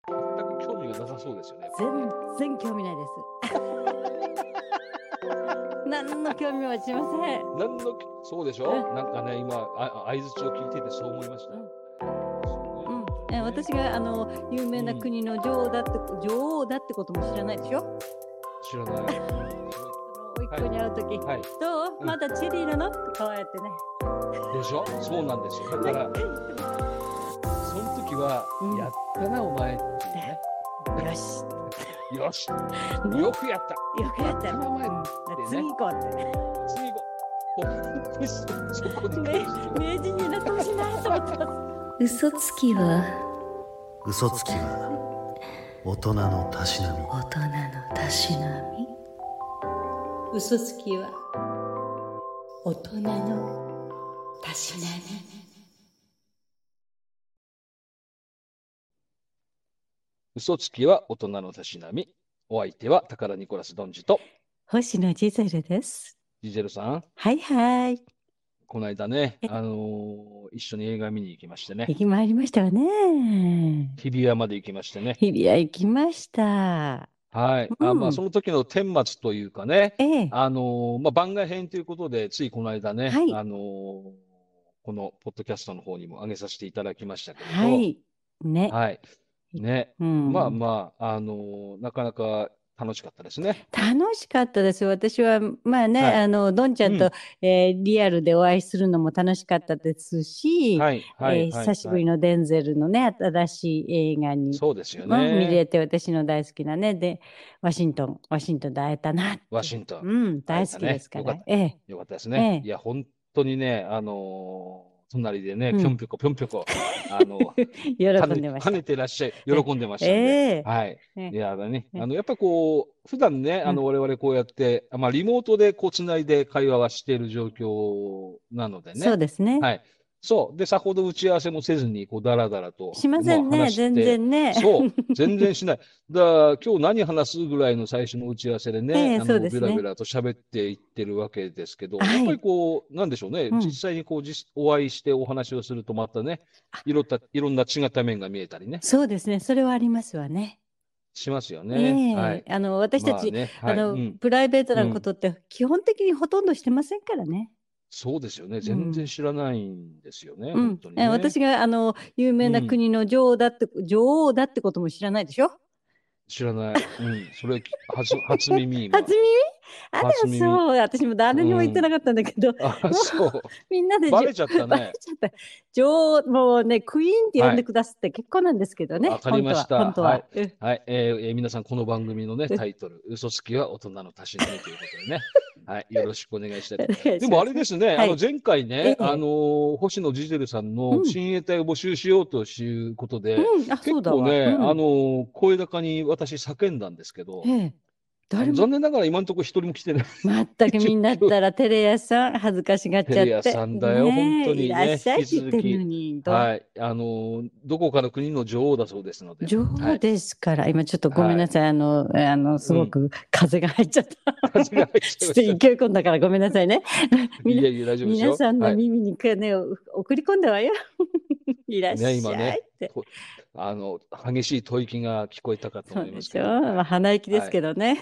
全く興味がなさそうですよね。 全然興味ないです何の興味もしません。 そうでしょ、なんかね、今、相槌を聞いててそう思いました。 私が有名な国の女王だってことも知らないでしょ。 知らない。 おいっ子に会うとき、どう、まだチェリーなのってこうやってね。 でしょ、そうなんですよ。だから、その時は、やったな、お前ってね。 よし。 よし。よくやった。 よくやった。次行こうって。 次行こう。そこで名人になってほしいなと思ってます。 嘘つきは大人のたしなみ。 大人のたしなみ。 嘘つきは大人のたしなみ。 嘘つきは大人のたしなみ。お相手は宝ニコラスドンジと星野ジゼルです。 ジゼルさん。 はいはい。 この間ね、一緒に映画見に行きましてね。 行きまいりましたわね。 日比谷まで行きましてね。 日比谷行きました。 はい。まあ、その時の顛末というかね、番外編ということで、ついこの間ね、このポッドキャストの方にも上げさせていただきましたけれど、 はい。ね。 はい。ね。まあまあ、なかなか楽しかったですね。 楽しかったですよ。私は、まあね、どんちゃんと、リアルでお会いするのも楽しかったですし、久しぶりのデンゼルのね、新しい映画に、 そうですよね。 見れて、私の大好きなね、で、ワシントンで会えたなって。 ワシントン。 大好きですから。 よかったですね。いや、本当にね、隣でね、ぴょんぴょこ、 喜んでました。 跳ねてらっしゃい、喜んでましたんで。はい。いやだね、やっぱこう、普段ね、我々こうやって、リモートでこう、つないで会話はしている状況なのでね。 そうですね。 はい。そう。で、さほど打ち合わせもせずに、こう、だらだらと。 しませんね、全然ね。 そう。全然しない。だから、今日何話すぐらいの最初の打ち合わせでね、ベラベラと喋っていってるわけですけど、やっぱりこう、なんでしょうね。実際にこう、お会いしてお話をすると、またね、いろんな違った面が見えたりね。 そうですね。それはありますわね。 しますよね。はい。 私たち、プライベートなことって基本的にほとんどしてませんからね。 そうですよね。全然知らないんですよね。本当にね。 私が有名な国の女王だってことも知らないでしょ。 知らない。それ、初耳。 初耳？あら、そう。私も誰にも言ってなかったんだけど。 そう。 みんなでバレちゃったね。 女王、もうね、クイーンって呼んでくださって結構なんですけどね。 わかりました。 本当は。 はい。皆さん、この番組のね、タイトル、嘘つきは大人のたしなみということでね。はい。よろしくお願いしたいと思います。でもあれですね、前回ね、星野ジゼルさんの親衛隊を募集しようということで、結構ね、声高に私叫んだんですけど、残念ながら今のところ一人も来てない。 全くみんなだったらテレ屋さん恥ずかしがっちゃって。 テレ屋さんだよ、本当にね。 いらっしゃいって言ってるのに。 はい。どこかの国の女王だそうですので。 女王ですから、今ちょっとごめんなさい。すごく風が入っちゃった。 風が入っちゃった。 勢い込んだからごめんなさいね。 いやいや、大丈夫ですよ。 皆さんの耳にね、送り込んだわよ。いらっしゃいって。 激しい吐息が聞こえたかと思いますけど。 鼻息ですけどね。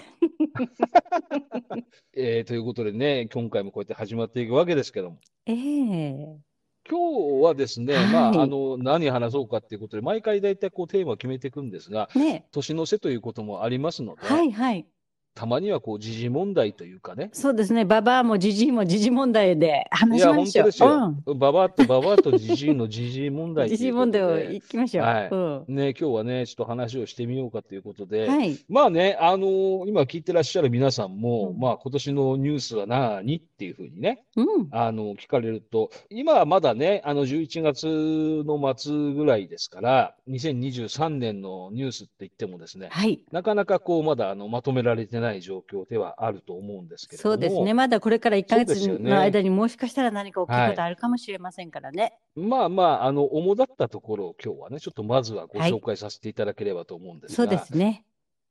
ということでね、今回もこうやって始まっていくわけですけども。今日はですね、何話そうかっていうことで、毎回大体こうテーマを決めていくんですが、年の瀬ということもありますので、たまにはこう時事問題というかね。 そうですね。ババアもジジイも時事問題で話しましょう。いや、本当ですよ。ババアとジジイの時事問題ということで。 時事問題をいきましょう。 はい。ね、今日はね、ちょっと話をしてみようかということで。まあね、今聞いてらっしゃる皆さんも、今年のニュースは何っていうふうにね、聞かれると、今はまだね、11月の末ぐらいですから、2023年のニュースって言ってもですね、なかなかこう、まだまとめられてない状況ではあると思うんですけれども。 そうですね。まだこれから1ヶ月の間にもしかしたら何か大きいことあるかもしれませんからね。 まあまあ、主だったところを今日はね、ちょっとまずはご紹介させていただければと思うんですが。 そうですね。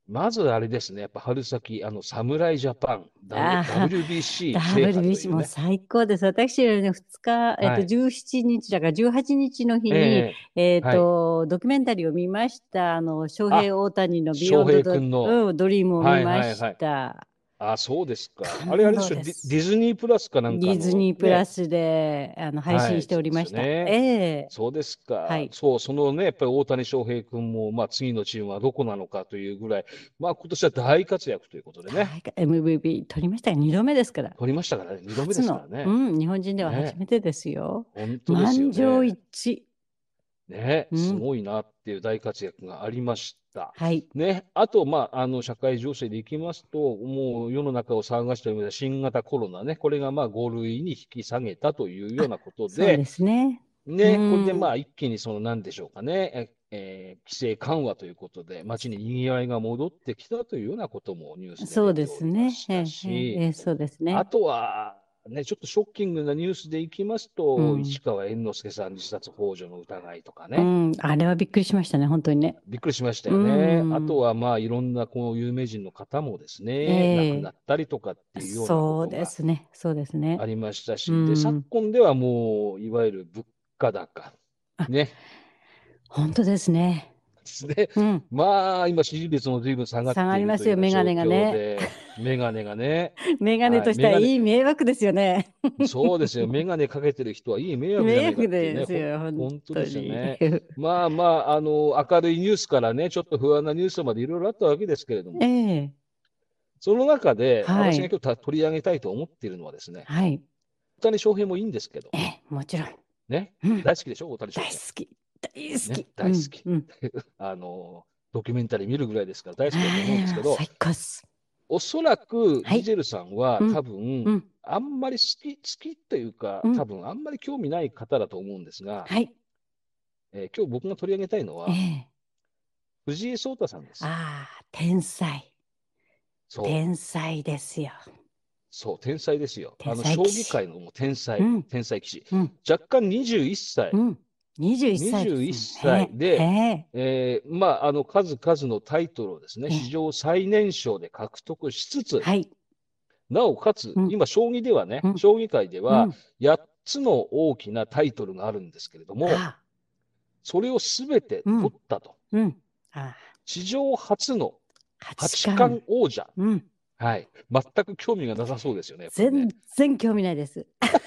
まずあれですね、やっぱ春先、侍ジャパン、WBC 制覇という WBC もね。 最高です。私よりね、2日、17日だから18日の日に、 はい。 ドキュメンタリーを見ました。翔あ、 平大谷のビヨ翔平ンドド、 君の。 ドリームを見はいましはいはい。 た。 そうですか。あれ感動でしょ、デです。 ィズニープラスかなんディズかのニープラね。 スで配はい、 信しておそうですりました。 よね。そうですか。 はい。 そう、そのね、やっぱり大谷翔平君も、次のチームはどこなのかというぐらい、今年は大活躍ということでね。 MVP 取りましたが、2度目ですから。 取りましたからね、2度目ですからね。 日本人では初めてですよ。 本当ですよね。 満場一致。 ね、すごいなっていう大活躍がありました。 はい。 ね、あと、社会情勢でいきますと、もう世の中を騒がしております新型コロナね、これが5類に引き下げたというようなことで、 そうですね。 ね、これで一気に何でしょうかね、規制緩和ということで、街に賑わいが戻ってきたというようなこともニュースで出ておりましたし、 そうですね。 あとは、ね、ちょっとショッキングなニュースでいきますと、市川猿之助さん自殺幇助の疑いとかね。 あれはびっくりしましたね、本当にね。 びっくりしましたよね。あとは、いろんな有名人の方もですね、亡くなったりとかっていうようなことがそうですね。 ありましたし、で、昨今ではもう、いわゆる物価高。ね。 本当ですね。 今、支持率も随分下がっているという状況で、メガネがね。 メガネとしてはいい迷惑ですよね。 そうですよ。メガネかけてる人はいい迷惑じゃないかっていうね。 ですよ、 本当ですよね。明るいニュースからね、ちょっと不安なニュースまでいろいろあったわけですけれども、その中で、私が今日取り上げたいと思っているのはですね、大谷翔平もいいんですけど、 もちろん。 ね、大好きでしょ、大谷翔平。 大好き。大好き。 大好き。ドキュメンタリー見るぐらいですから大好きだと思うんですけど、おそらくジゼルさんは多分、あんまり好きというか、多分あんまり興味ない方だと思うんですが、今日僕が取り上げたいのは、藤井聡太さんです。 天才。天才ですよ。 そう、天才ですよ。将棋界の天才棋士。若干21歳。21歳で、数々のタイトルをですね、史上最年少で獲得しつつ、なおかつ、今、将棋ではね、将棋界では8つの大きなタイトルがあるんですけれども、それをすべて取ったと。史上初の八冠王者。はい。全く興味がなさそうですよね。 全然興味ないです。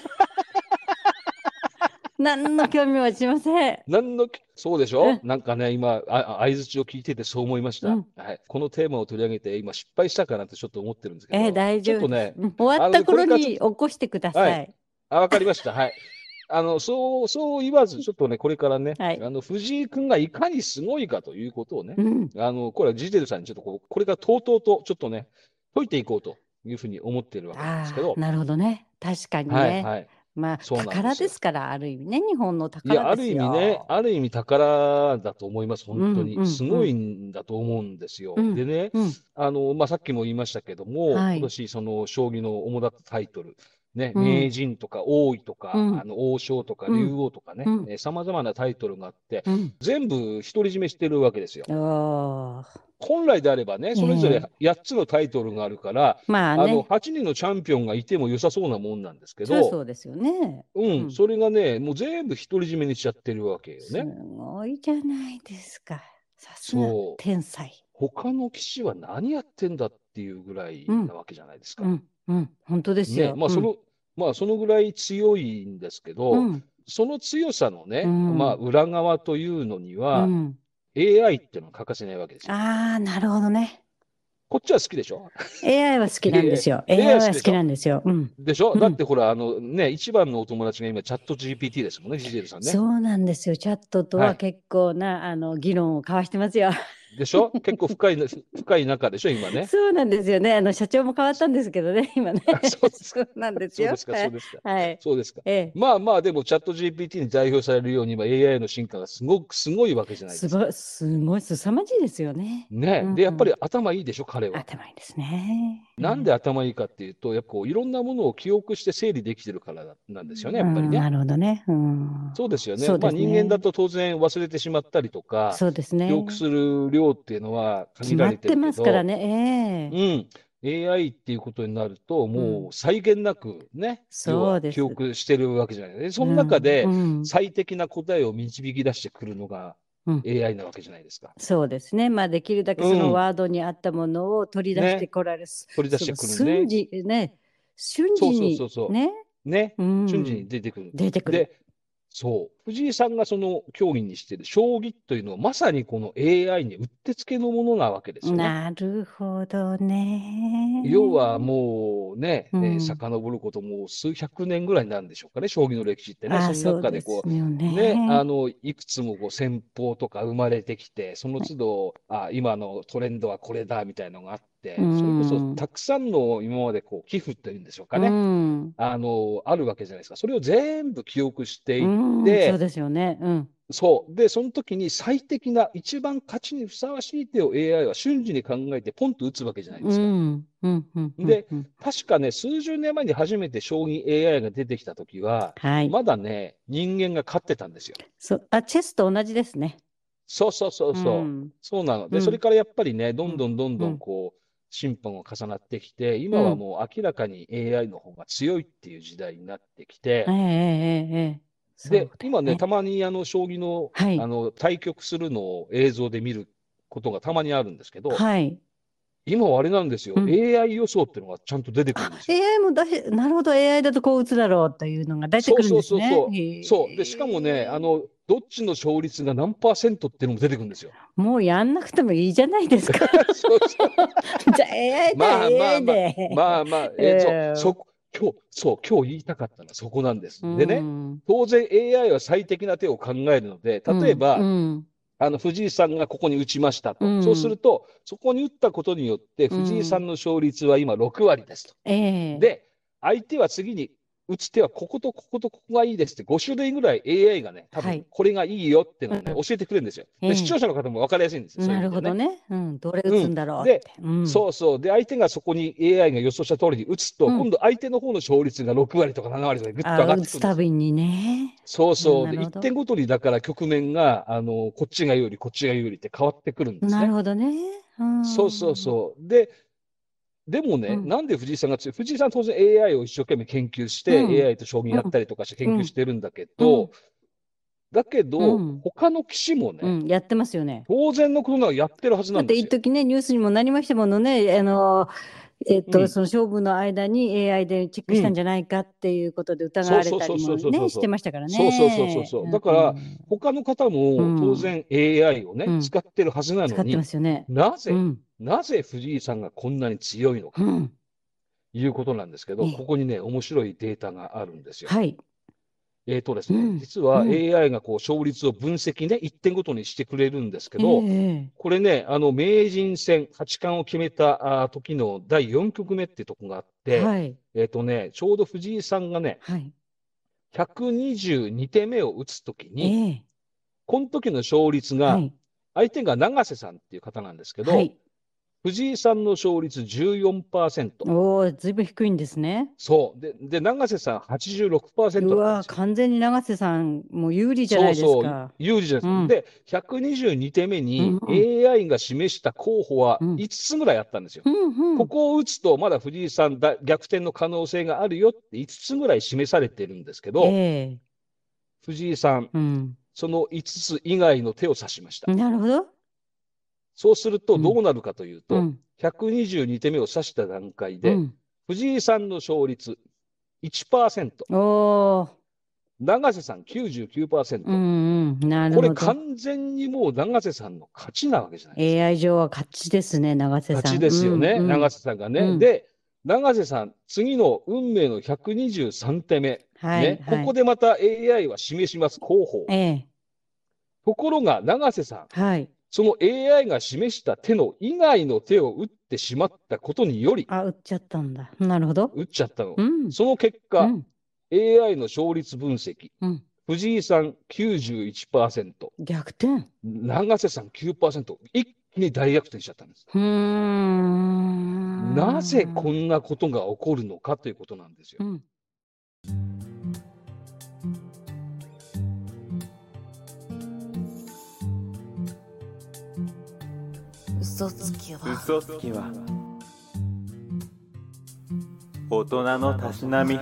何の興味もしません。 そうでしょ、なんかね、今、相槌を聞いててそう思いました。はい。このテーマを取り上げて、今失敗したかなってちょっと思ってるんですけど。 大丈夫。 ちょっとね、 終わった頃に起こしてください。 わかりました。はい。そう言わず、ちょっとね、これからね、藤井君がいかにすごいかということをね、これはジゼルさんにちょっとこれからとうとうとちょっとね、解いていこうというふうに思っているわけなんですけど。 なるほどね。確かにね。宝ですから、ある意味ね、日本の宝ですよ。 ある意味ね、ある意味宝だと思います、本当に。すごいんだと思うんですよ。でね、さっきも言いましたけども、今年、将棋の主だったタイトル、ね、名人とか王位とか、王将とか竜王とかね、様々なタイトルがあって、全部独り占めしてるわけですよ。本来であればね、それぞれ8つのタイトルがあるから、8人のチャンピオンがいても良さそうなもんなんですけど、 そうですよね。 それがね、もう全部独り占めにしちゃってるわけよね。すごいじゃないですか。さすが天才。 他の棋士は何やってんだっていうぐらいなわけじゃないですか。 本当ですよ。 そのぐらい強いんですけど、その強さのね、裏側というのには、AI っていうのは欠かせないわけですよ。 なるほどね。 こっちは好きでしょ？ AI は好きなんですよ。AI は好きなんですよ。 でしょ？だってほら、一番のお友達が今、チャット GPT ですもんね、ジジェルさんね。 そうなんですよ。チャットとは結構な、議論を交わしてますよ。 でしょ？結構深い中でしょ、今ね。 そうなんですよね。社長も変わったんですけどね、今ね。そうなんですよ。 そうですか、そうですか。 はい。 そうですか。でも、チャット GPT に代表されるように、今 AI の進化がすごいわけじゃないですか。 すごい、凄まじいですよね。 ね。で、やっぱり頭いいでしょ、彼は。 頭いいですね。 なんで頭いいかっていうと、やっぱいろんなものを記憶して整理できてるからなんですよね、やっぱりね。 なるほどね。 そうですよね。人間だと当然忘れてしまったりとか、 そうですね。 記憶する量っていうのは限られてるけど。決まってますからね。AI っていうことになると、もう際限なくね、要は記憶してるわけじゃないですか。その中で最適な答えを導き出してくるのが AI なわけじゃないですか。 そうですね。まあできるだけそのワードに合ったものを取り出してこられる。 取り出してくるね。 瞬時に瞬時に出てくる。で、そう。藤井さんがその競技にしている将棋というのはまさにこの AI にうってつけのものなわけですよね。 なるほどね。 要はもうね、遡ることも数百年ぐらいなんでしょうかね、将棋の歴史ってね。その中でこう、いくつもこう戦法とか生まれてきて、その都度、今のトレンドはこれだみたいなのがあって、それこそたくさんの今までこう寄付というんでしょうかね、あるわけじゃないですか。それを全部記憶していって、 そうですよね。 そう。で、その時に最適な、一番勝ちにふさわしい手を AI は瞬時に考えてポンと打つわけじゃないですか。で、確かね、数十年前に初めて将棋 AI が出てきた時は、まだね、人間が勝ってたんですよ。 チェスと同じですね。 そうなの。で、それからやっぱりね、どんどんこう、進歩が重なってきて、今はもう明らかに AI の方が強いっていう時代になってきて、で、今ね、たまに将棋の、対局するのを映像で見ることがたまにあるんですけど、今はあれなんですよ、AI 予想っていうのがちゃんと出てくるんですよ。 AI もなるほど、AI だとこう打つだろうというのが出てくるんですね。 そう。で、しかもね、どっちの勝率が何%っていうのも出てくるんですよ。 もうやんなくてもいいじゃないですか。じゃあ AI だ、AI で。 今日言いたかったのはそこなんです。でね、当然 AI は最適な手を考えるので、例えば、藤井さんがここに打ちましたと。そうすると、そこに打ったことによって、藤井さんの勝率は今6割ですと。で、相手は次に打つ手はこことこことここがいいですって5種類ぐらい AI がね、多分これがいいよっていうのをね、教えてくれるんですよ。で、視聴者の方も分かりやすいんですよ。 なるほどね。どれ打つんだろうって。 で、相手がそこに AI が予想した通りに打つと、今度相手の方の勝率が6割とか7割とかぐっと上がってくるんですよ。 打つたびにね。 で、1点ごとにだから局面が、こっちが有利、こっちが有利って変わってくるんですね。 なるほどね。 でもね、なんで藤井さんが強い？藤井さん当然 AI を一生懸命研究して、AI と将棋やったりとかして研究してるんだけど、他の棋士もね、 やってますよね。 当然のことならやってるはずなんですよ。 だって一時ね、ニュースにもなりましたものね、その勝負の間に AI でチェックしたんじゃないかっていうことで疑われたりもね、してましたからね。 だから、他の方も当然 AI をね、使ってるはずなのに、なぜ藤井さんがこんなに強いのかということなんですけど、ここにね、面白いデータがあるんですよ。ですね、実は AI がこう勝率を分析ね、1点ごとにしてくれるんですけど、これね、名人戦、八冠を決めた時の第4局目っていうところがあって、ちょうど藤井さんがね、122手目を打つときに、この時の勝率が、相手が永瀬さんっていう方なんですけど、藤井さんの勝率 14%。 おお、ずいぶん低いんですね。 そう。で、永瀬さん 86% うわ、完全に永瀬さん、もう有利じゃないですか。 有利じゃないですか。で、122手目に AI が示した候補は5つぐらいあったんですよ。ここを打つと、まだ藤井さん逆転の可能性があるよって5つぐらい示されてるんですけど、藤井さん、その5つ以外の手を指しました。 なるほど。 そうするとどうなるかというと、122手目を指した段階で、藤井さんの勝率 1%、永瀬さん 99%、これ完全にもう永瀬さんの勝ちなわけじゃないですか。 AI 上は勝ちですね、永瀬さん。 勝ちですよね、永瀬さんがね。で、永瀬さん、次の運命の123手目、ここでまた AI は示します候補。ところが永瀬さん、その AI が示した手の以外の手を打ってしまったことにより、 打っちゃったんだ。なるほど。 打っちゃったの。その結果、AI の勝率分析、藤井さん 91%、 逆転。 永瀬さん 9%、一気に大逆転しちゃったんです。なぜこんなことが起こるのかということなんですよ。 嘘つきは大人のたしなみ。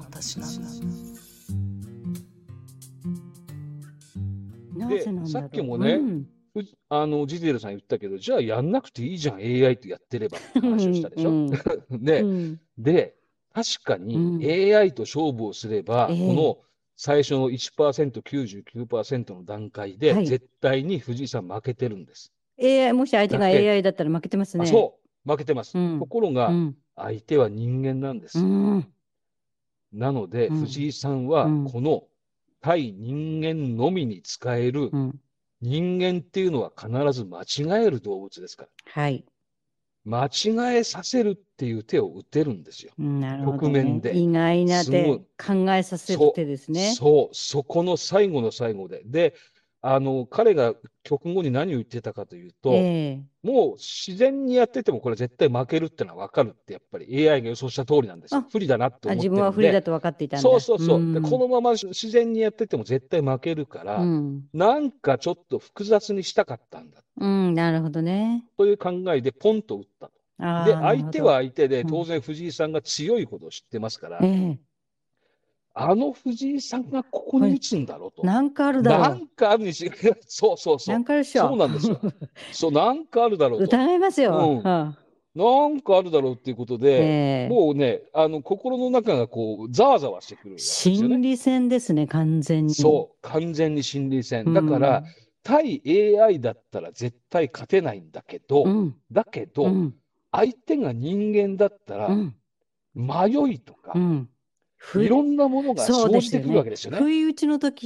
で、さっきもね、ジゼルさん言ったけど、じゃあやんなくていいじゃん、AI とやってればって話をしたでしょ。で、確かに AI と勝負をすれば、この最初の 1%、99% の段階で、絶対に藤井さん負けてるんです。 もし相手が AI だったら負けてますね。 そう、負けてます。ところが、相手は人間なんです。なので、藤井さんは、この対人間のみに使える、人間っていうのは必ず間違える動物ですから。 はい。 間違えさせるっていう手を打てるんですよ。 なるほど、 局面で。 意外な手、考えさせる手ですね。 そこの最後の最後で。で、彼が局後に何を言ってたかというと、もう自然にやっててもこれ絶対負けるってのは分かるってやっぱり AI が予想した通りなんですよ。不利だなって思ってるんで。 自分は不利だと分かっていたんだ。 で、このまま自然にやってても絶対負けるから、なんかちょっと複雑にしたかったんだ。 なるほどね。 という考えでポンと打ったと。で、相手は相手で当然藤井さんが強いことを知ってますから、藤井さんがここに打つんだろうと。 なんかあるだろう。 なんかあるにし、そうなんかあるでしょ。 そうなんですよ。なんかあるだろうと。 疑いますよ。 なんかあるだろうっていうことで、もうね、心の中がこう、ざわざわしてくるわけですよね。 心理戦ですね、完全に。 そう、完全に心理戦。だから、対 AI だったら絶対勝てないんだけど、相手が人間だったら、迷いとか、いろんなものが生じてくるわけですよね。 不意打ちの時って、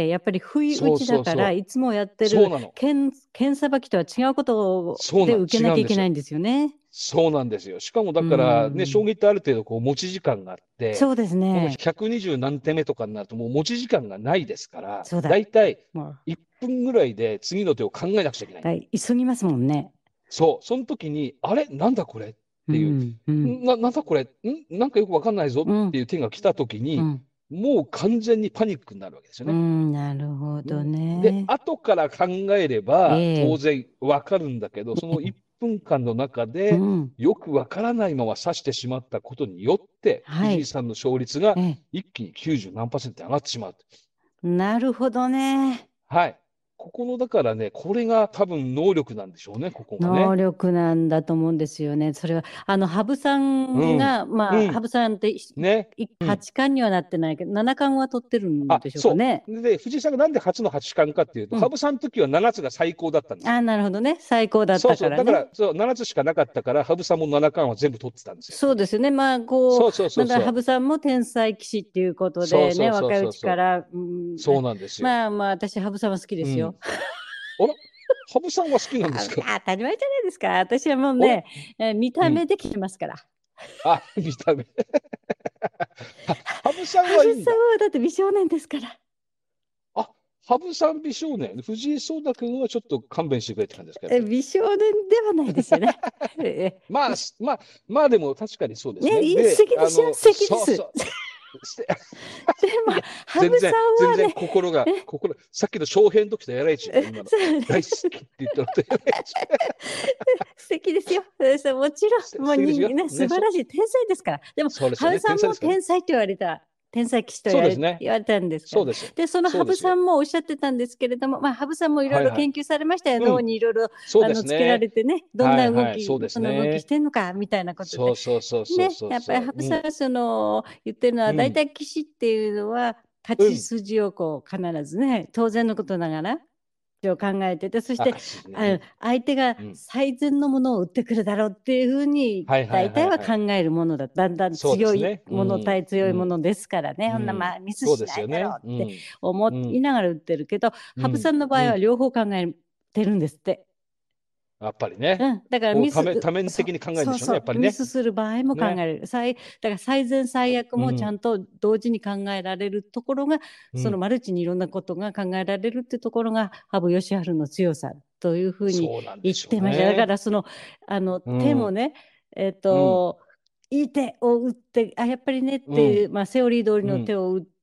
やっぱり不意打ちだから、いつもやってる剣さばきとは違うことで受けなきゃいけないんですよね。 そうなんですよ。しかもだからね、将棋ってある程度こう持ち時間があって、 そうですね。 120何手目とかになるともう持ち時間がないですから、だいたい1分ぐらいで次の手を考えなくちゃいけない。 急ぎますもんね。 その時に、あれなんだこれっていう、なんだこれなんかよくわかんないぞっていう手が来た時に、もう完全にパニックになるわけですよね。 なるほどね。 で、後から考えれば、当然わかるんだけど、その1分間の中で、よくわからないまま指してしまったことによって、藤井さんの勝率が一気に90何%上がってしまう。 なるほどね。 はい。ここのだからね、これが多分能力なんでしょうね、ここがね。 能力なんだと思うんですよね。それは羽生さんが、羽生さんって八冠にはなってないけど、七冠は取ってるんでしょうかね。 で、藤井さんがなんで初の八冠かっていうと、羽生さんの時は7つが最高だったんですよ。 なるほどね。最高だったからね。 だから7つしかなかったから、羽生さんも七冠は全部取ってたんですよ。 そうですよね。まだ羽生さんも天才棋士っていうことでね、若いうちから。 そうなんですよ。 私羽生さんは好きですよ。 あら、羽生さんは好きなんですか？ 当たり前じゃないですか。私はもうね、見た目で来てますから。 見た目。羽生さんはいいんだ。 羽生さんはだって美少年ですから。 羽生さん美少年、藤井聡太君はちょっと勘弁してくれって感じですか？ 美少年ではないですよね。 まあでも確かにそうですね。 素敵ですよ、素敵です。でも羽生さんは全然心さっきの翔平の時とやらいち今の大好きって言ったのとやらいち素敵ですよ。もちろんもうね素晴らしい天才ですから。でも羽生さんも天才って言われた。天才棋士と言われたんですから。で、その羽生さんもおっしゃってたんですけれども、羽生さんもいろいろ研究されましたよ。脳にいろいろつけられてね、どんな動き、その動きしてんのかみたいなことで。やっぱり羽生さん言ってるのは、大体棋士っていうのは勝ち筋をこう必ずね、当然のことながら。を考えてて、そして相手が最善のものを打ってくるだろうっていうふうに大体は考えるものだ。だんだん強いもの対強いものですからね。ミスしないだろうって思いながら打ってるけど、羽生さんの場合は両方考えてるんですって。 やっぱりね。 だからミス多面的に考えるんでしょうね、やっぱりね。 ミスする場合も考えられる。だから最善最悪もちゃんと同時に考えられるところが、そのマルチにいろんなことが考えられるってところが羽生善治の強さというふうに言ってました。だから手もね、いい手を打ってやっぱりねっていう、セオリー通りの手を打って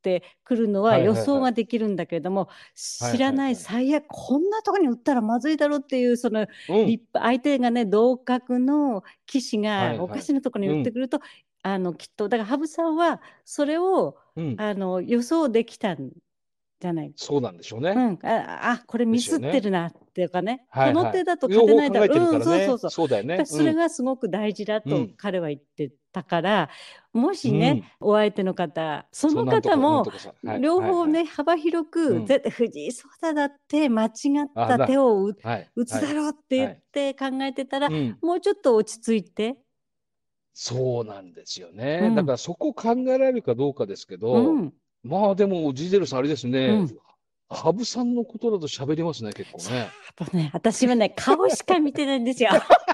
ってくるのは予想ができるんだけれども、知らない最悪こんなところに打ったらまずいだろうっていうその相手がね同格の棋士がおかしなところに打ってくると、きっとだから羽生さんはそれを、予想できたんじゃない。 そうなんでしょうね。 これミスってるなっていうかね、この手だと勝てないだろう。 そうだよね。 それがすごく大事だと彼は言ってたから、もしね、お相手の方、その方も両方ね、幅広く絶対藤井聡太だって間違った手を打つだろうって言って考えてたら、もうちょっと落ち着いて。 そうなんですよね。だからそこ考えられるかどうかですけど、まあでもジゼルさんあれですね、羽生さんのことだと喋りますね、結構ね。 私はね、顔しか見てないんですよ。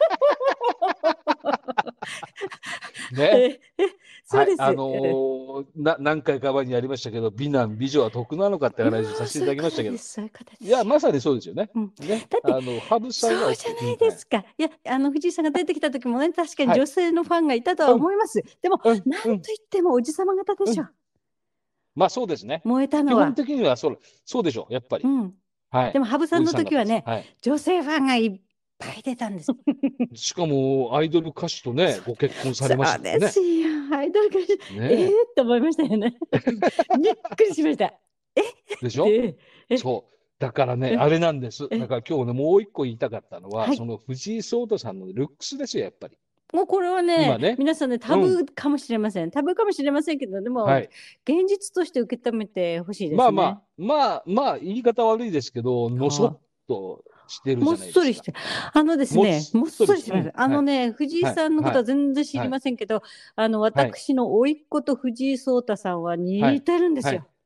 ね。そうです。何回か前にやりましたけど、美男美女は得なのかって話をさせていただきましたけど。いや、まさにそうですよね。 だって、羽生さんそうじゃないですか。いや、藤井さんが出てきた時もね、確かに女性のファンがいたとは思います。でも、なんといってもおじさま方でしょ。 まあそうですね。 燃えたのは。 基本的にはそうでしょう、やっぱり。 でも羽生さんの時はね、女性ファンがいっぱい出たんです。 しかもアイドル歌手とね、ご結婚されましたね。 そうですよ、アイドル歌手。って思いましたよね。びっくりしました。 でしょ。そう。だからね、あれなんです。だから今日ね、もう一個言いたかったのは、その藤井聡太さんのルックスですよ、やっぱり。 もうこれはね、皆さんね、タブーかもしれません。タブーかもしれませんけど、でも、現実として受け止めてほしいですね。 まあ、言い方悪いですけど、のそっとしてるじゃないですか。 もっそりして。ですね、もっそりしてます。藤井さんのことは全然知りませんけど、私の甥っ子と藤井聡太さんは似てるんですよ。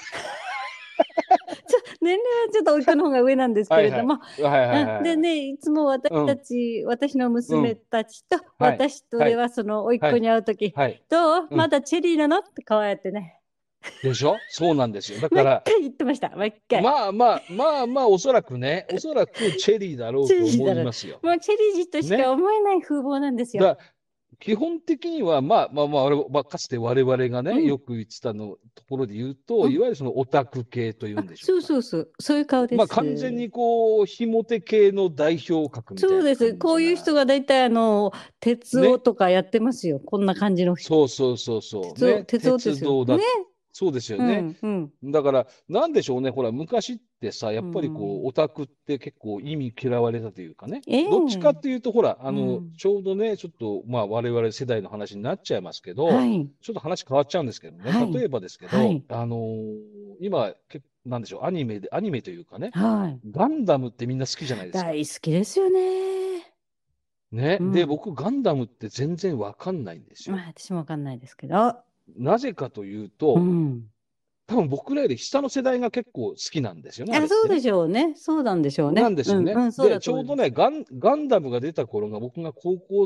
年齢はちょっと甥っ子の方が上なんですけれども、でね、いつも私の娘たちと私とではその甥っ子に会うとき、どうまだチェリーなのってこうやってね。 でしょ。そうなんですよ。だから。 毎回言ってました。毎回。 まあ、おそらくチェリーだろうと思いますよ。 もうチェリー児としか思えない風貌なんですよ。 基本的には、かつて我々がね、よく言ってたところで言うと、いわゆるそのオタク系というんでしょうか。 そういう顔です。 完全にこう、ひもて系の代表格みたいな。 そうです。こういう人が大体鉄道とかやってますよ。こんな感じの人。 そう。 鉄道だ。 そうですよね。だから、なんでしょうね。ほら、昔ってさ、やっぱりこう、オタクって結構意味嫌われたというかね。どっちかっていうと、ほら、ちょうどね、ちょっと、我々世代の話になっちゃいますけど、ちょっと話変わっちゃうんですけどね。例えばですけど、今、なんでしょう、アニメというかね、ガンダムってみんな好きじゃないですか。 大好きですよね。 で、僕、ガンダムって全然わかんないんですよ。 私もわかんないですけど。 なぜかというと、多分僕らより下の世代が結構好きなんですよね。 そうでしょうね。そうなんでしょうね。 なんですよね。で、ちょうどね、ガンダムが出た頃が僕が高校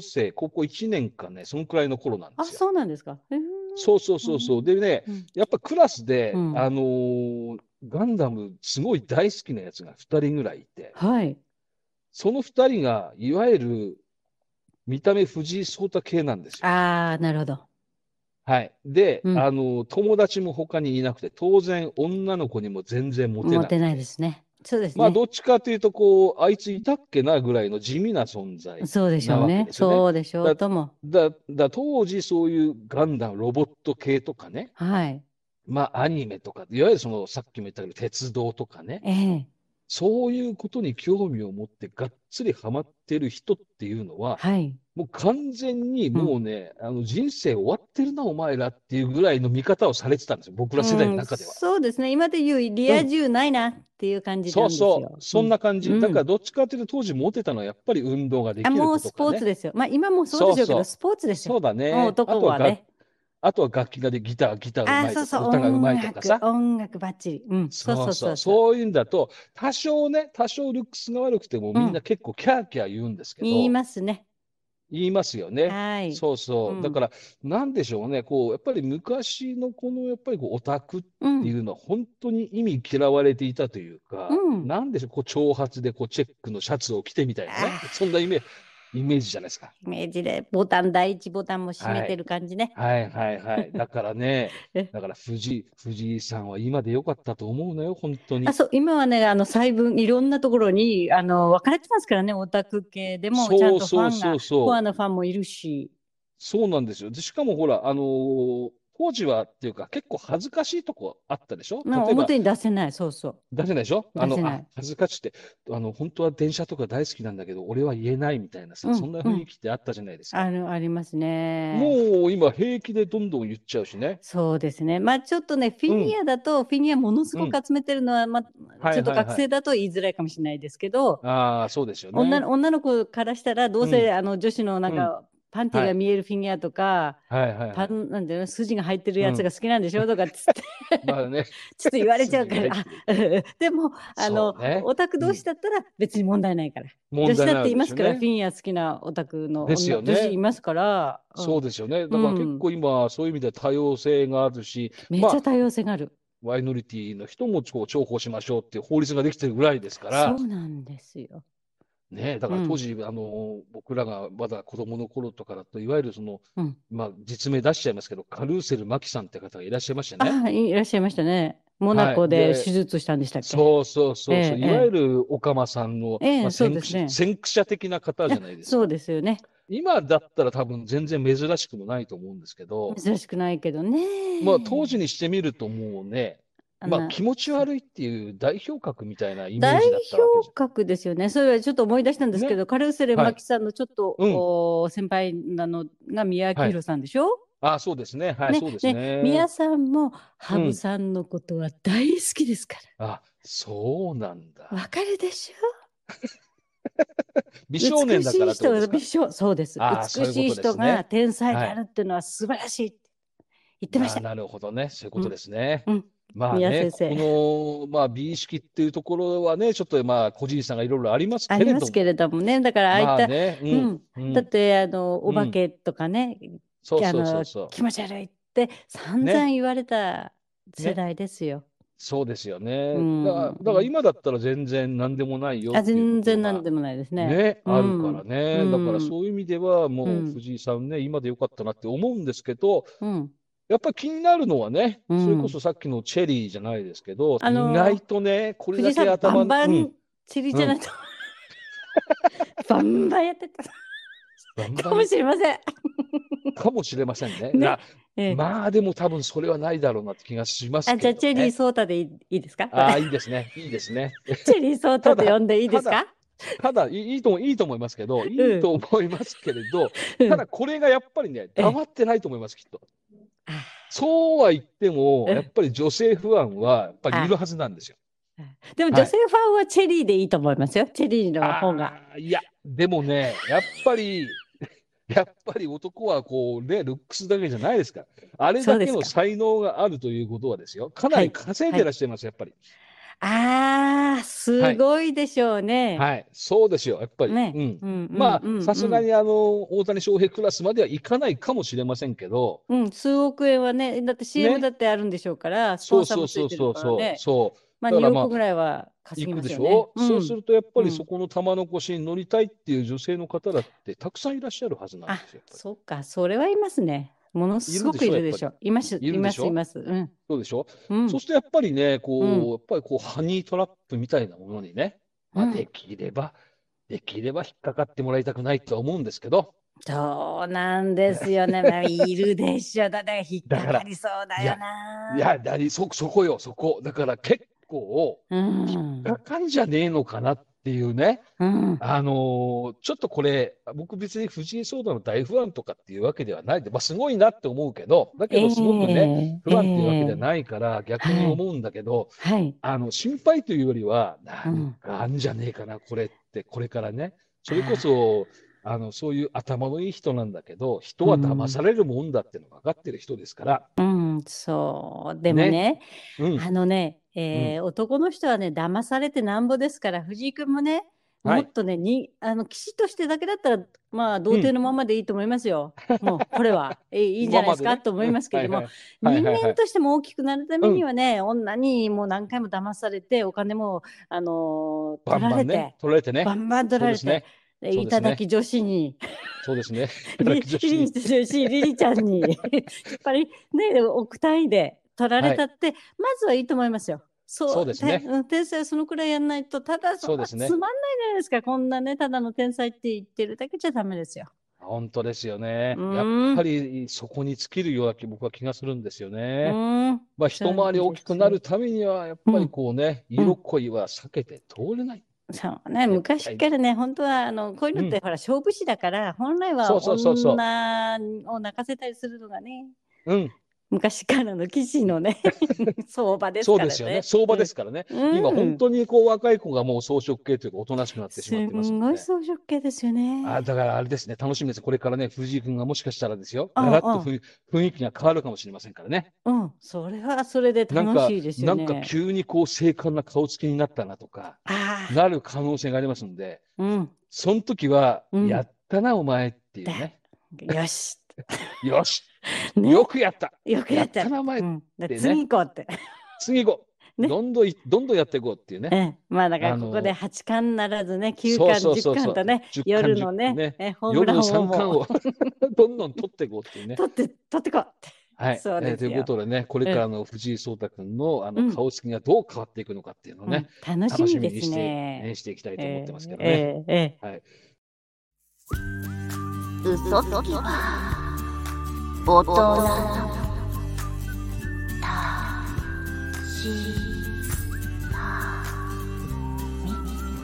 1年かね、そのくらいの頃なんですよ。 そうなんですか。 そう。でね、やっぱクラスで、ガンダムすごい大好きなやつが2人ぐらいいて、その2人が、いわゆる見た目藤井聡太系なんですよ。 なるほど。 で、友達も他にいなくて、当然女の子にも全然モテない。 モテないですね。そうですね。 どっちかというと、こう、あいついたっけなぐらいの地味な存在。 そうでしょうね。そうでしょうとも。 当時そういうガンダム、ロボット系とかね。アニメとか、いわゆるさっきも言ったけど、鉄道とかね。そういうことに興味を持ってがっつりハマってる人っていうのは、もう完全にもうね、人生終わってるな、お前らっていうぐらいの見方をされてたんですよ、僕ら世代の中では。 そうですね、今で言うリア充ないなっていう感じなんですよ。 そんな感じ。だからどっちかというと、当時モテたのはやっぱり運動ができることとかね。 もうスポーツですよ。今もそうでしょうけど、スポーツですよ。 そうだね。 男はね。 あとは楽器がでギターうまいとか、歌がうまいとかさ。 音楽ばっちり。 そういうんだと、多少ルックスが悪くてもみんな結構キャーキャー言うんですけど。 言いますね。 言いますよね。だから、なんでしょうね、こう、やっぱり昔のやっぱりオタクっていうのは本当に意味嫌われていたというか、なんでしょう、長髪でチェックのシャツを着てみたいなね、そんなイメージ。 イメージじゃないですか。 イメージで、第一ボタンも閉めてる感じね。 はいはいはい。だからね、だから藤井さんは今でよかったと思うのよ、本当に。 そう、今はね、細分、いろんなところに、分かれてますからね、オタク系でも、ちゃんとファンが、コアなファンもいるし。 そうなんですよ。で、しかもほら、当時はっていうか、結構恥ずかしいとこあったでしょ。例えば表に出せない、そうそう。 出せないでしょ。 出せない。 恥ずかしくて、本当は電車とか大好きなんだけど、俺は言えないみたいなさ、そんな雰囲気ってあったじゃないですか。 ありますね。 もう今、平気でどんどん言っちゃうしね。 そうですね。まあちょっとね、フィギュアだと、フィギュアものすごく集めてるのは、ちょっと学生だと言いづらいかもしれないですけど、 そうですよね。 女の子からしたら、どうせ女子のなんか、パンティが見えるフィギュアとか、なんていうの、筋が入ってるやつが好きなんでしょとかっつって、 まあね、 ちょっと言われちゃうから、でも、オタク同士だったら別に問題ないから。女子だっていますから、フィギュア好きなオタクの女子いますから。 そうですよね。だから結構今、そういう意味で多様性があるし、 めっちゃ多様性がある。 マイノリティの人も重宝しましょうっていう法律ができてるぐらいですから。 そうなんですよ。 ね、だから当時、僕らがまだ子供の頃とかだと、いわゆる実名出しちゃいますけど、カルーセル麻紀さんって方がいらっしゃいましたね。 いらっしゃいましたね。モナコで手術したんでしたっけ。 そう。いわゆるオカマさんの先駆者的な方じゃないですか。 そうですよね。 今だったら多分全然珍しくもないと思うんですけど。 珍しくないけどね。 当時にしてみるともうね、気持ち悪いっていう代表格みたいなイメージだったわけ代表格ですよね。それはちょっと思い出したんですけど、カルーセル麻紀さんのちょっと、先輩なのが宮明宏さんでしょ。 そうですね。はい、そうですね。 宮さんも羽生さんのことは大好きですから。そうなんだ。 わかるでしょ。 美少年だからってことですか。そうです。美しい人が天才であるっていうのは素晴らしいって言ってました。 なるほどね。そういうことですね。 宮先生。 この美意識っていうところはね、ちょっと個人差がいろいろありますけれども。 ありますけれどもね。だからああいった、だってお化けとかね、気持ち悪いって散々言われた世代ですよ。 そうですよね。だから今だったら全然何でもないよ。 全然何でもないですね。 あるからね。だからそういう意味ではもう藤井さんね、今でよかったなって思うんですけど、やっぱり気になるのはね、それこそさっきのチェリーじゃないですけど、意外とね、これだけ頭バンバンチェリーじゃないと。バンバンやってた。かもしれません。 かもしれませんね。でも多分それはないだろうなって気がしますけど、 じゃあチェリーソータでいいですか。 いいですね。いいですね。 チェリーソータと呼んでいいですか。 ただいいと思いますけど、いいと思いますけれど、ただこれがやっぱりね、黙ってないと思います、きっと。そうは言っても、やっぱり女性ファンはやっぱりいるはずなんですよ。 でも女性ファンはチェリーでいいと思いますよ。チェリーの方が。 いや、でもね、やっぱり男はルックスだけじゃないですか。あれだけの才能があるということはですよ。かなり稼いでらっしゃいます、やっぱり。 すごいでしょうね。 はい、そうですよ、やっぱり。さすがに大谷翔平クラスまではいかないかもしれませんけど。 数億円はね、だって CM だってあるんでしょうから、スポンサーもついてるからね。2億ぐらいは稼ぎますよね。 そうするとやっぱりそこの玉の腰に乗りたいっていう女性の方だってたくさんいらっしゃるはずなんですよ。 そっか、それはいますね。ものすごくいるでしょ。います。 そうでしょ。そうするとやっぱりね、やっぱりハニートラップみたいなものにね、できれば引っかかってもらいたくないとは思うんですけど。 そうなんですよね。いるでしょ。だから引っかかりそうだよな。 いや、そこよ、そこ。だから結構、引っかかんじゃねえのかなっていうね。ちょっとこれ、僕別に藤井聡太の大ファンとかっていうわけではないで、すごいなって思うけど、だけどすごくね、不安っていうわけではないから、逆に思うんだけど、心配というよりは、なんかあんじゃねえかな、これって、これからね。それこそ、そういう頭のいい人なんだけど、人は騙されるもんだってのが分かってる人ですから。 そう。でもね、男の人はね、騙されてなんぼですから、藤井君もね、もっとね、棋士としてだけだったら、童貞のままでいいと思いますよ。もう、これは、いいんじゃないですかと思いますけども、人間としても大きくなるためにはね、女にもう何回も騙されて、お金も取られて、バンバン取られて。 いただき女子に。 そうですね。 リリちゃんにやっぱりね億単位で取られたって、はい、まずはいいと思いますよ。 そうですね。 天才はそのくらいやんないと、ただそうですね、つまんないじゃないですか。こんなね、ただの天才って言ってるだけじゃダメですよ。 本当ですよね。やっぱりそこに尽きるような僕は気がするんですよね。まあ一回り大きくなるためにはやっぱりこうね、色恋は避けて通れない。 そうね、昔からね、本当はこういうのってほら勝負師だから、本来は女を泣かせたりするのがね。昔からの騎士のね相場ですからね。そうですよね。 相場ですからね。今本当にこう若い子がもう草食系というかおとなしくなってしまってますので。 すごい草食系ですよね。 だからあれですね、楽しみです。これからね、藤井君がもしかしたらですよ、ガラッと雰囲気が変わるかもしれませんからね。 それはそれで楽しいですよね。 なんか急にこう精悍な顔つきになったなとか、なる可能性がありますので、その時は、やったなお前っていうね。 よしよしよくやった。 よくやった。 名前で次行こうって。 次行こう。どんどんやっていこうっていうね。 まあだからここで8冠ならずね、9冠、10冠とね、夜のね、ホームラン 3冠をどんどん取っていこうっていうね。 取ってこう。 はい。ということでね、これからの藤井聡太君の顔つきがどう変わっていくのかっていうのをね、 楽しみにしていきたいと思ってますけどね。はい。 嘘つきは大人のたしなみ。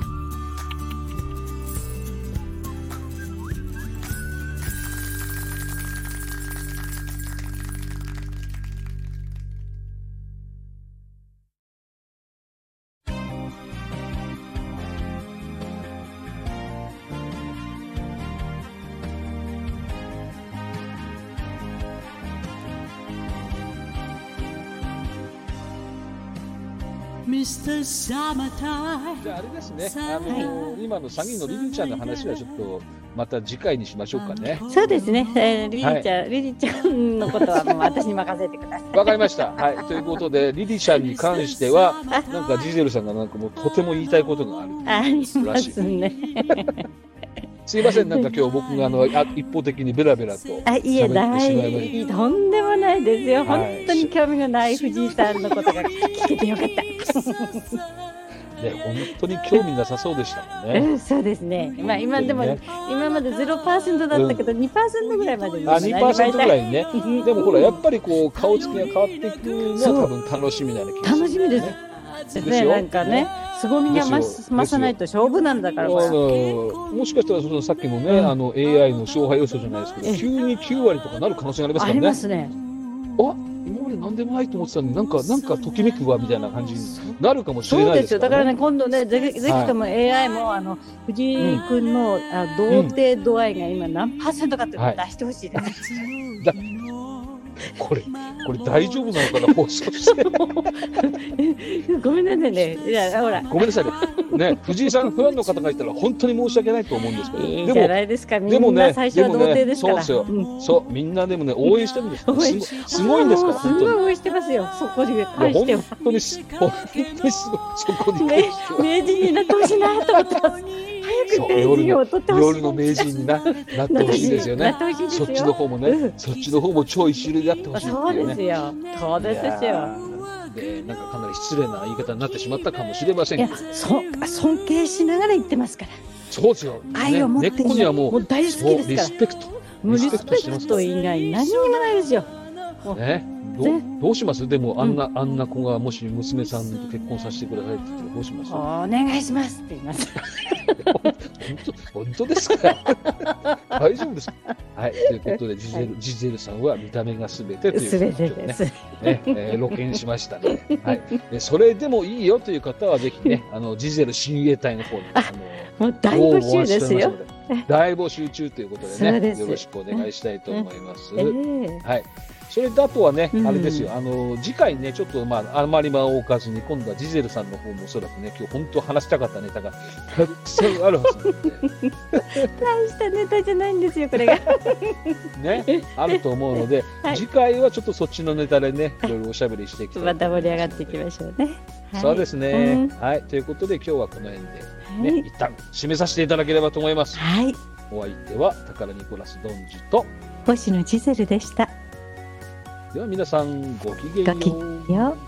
じゃああれですね、今の詐欺のリリちゃんの話はちょっとまた次回にしましょうかね。 そうですね、リリちゃんのことはもう私に任せてください。 わかりました。はい、ということでリリちゃんに関してはなんかジゼルさんがなんかもうとても言いたいことがあるらしい。 すいません、なんか今日僕が一方的にベラベラと喋ってしまいました。とんでもないですよ。本当に興味がない藤井さんのことが聞けてよかった。 ね、本当に興味なさそうでしたもんね。 そうですね。まあ今でも、今まで 0% だったけど 2% ぐらいまでになりました。 2% ぐらいね。でもほらやっぱりこう顔つきが変わっていくのは多分楽しみな気がする。 楽しみです。なんかね、凄みが増さないと勝負なんだから。もしかしたらそのさっきのね、AI の勝敗予想じゃないですけど、急に9割とかなる可能性がありますからね。 ありますね。 今まで何でもないと思ってたのになんかときめくわみたいな感じになるかもしれないですよ。 だからね、今度ね、ぜひとも AI も藤井君の童貞度合いが今何%かって出してほしいです。 これ大丈夫なのかな、放送してごめんなさいね。いや、ほらごめんなさいね。藤井さんファンの方がいたら本当に申し訳ないと思うんですけど、 いいじゃないですか。みんな最初は童貞ですから。 そうみんなでもね応援してるんです。すごいんですから。 すごい応援してますよ。そこに対しては本当にすごい。そこに名人になってほしいなと思ってます。 夜の名人になってほしいですよね。そっちの方もね、そっちの方も超一流でやってほしいっていうね。 そうですよ。そうですよ。 なんかかなり失礼な言い方になってしまったかもしれませんけど。 尊敬しながら言ってますから。 そうですよ。 愛を持って根っこにはもう大好きですから。 リスペクト。 リスペクト以外何にもないですよ。 ね。どうします？でもあんな子がもし娘さんと結婚させてくださいって言ったらどうします？ お願いしますって言います。 本当ですか？大丈夫ですか？はい、ということでジゼルさんは見た目がすべてということでね、露見しましたね。はい、それでもいいよという方はぜひね、ジゼル親衛隊の方にもう大募集ですよ。 大募集中ということでね、よろしくお願いしたいと思います。はい。それであとはね、あれですよ、次回ね、ちょっとあまり間を置かずに、今度はジゼルさんの方もおそらくね、今日本当話したかったネタがたくさんあるはずなので。 大したネタじゃないんですよ、これが。 ね、あると思うので、次回はちょっとそっちのネタでね、いろいろおしゃべりしていきたいと思います。 また盛り上がっていきましょうね。 そうですね。はい、ということで今日はこの辺で。 ね、一旦締めさせていただければと思います。 はい。 お相手は宝ニコラスドンジと星野ジゼルでした。 では皆さんごきげんよう。 ごきげんよう。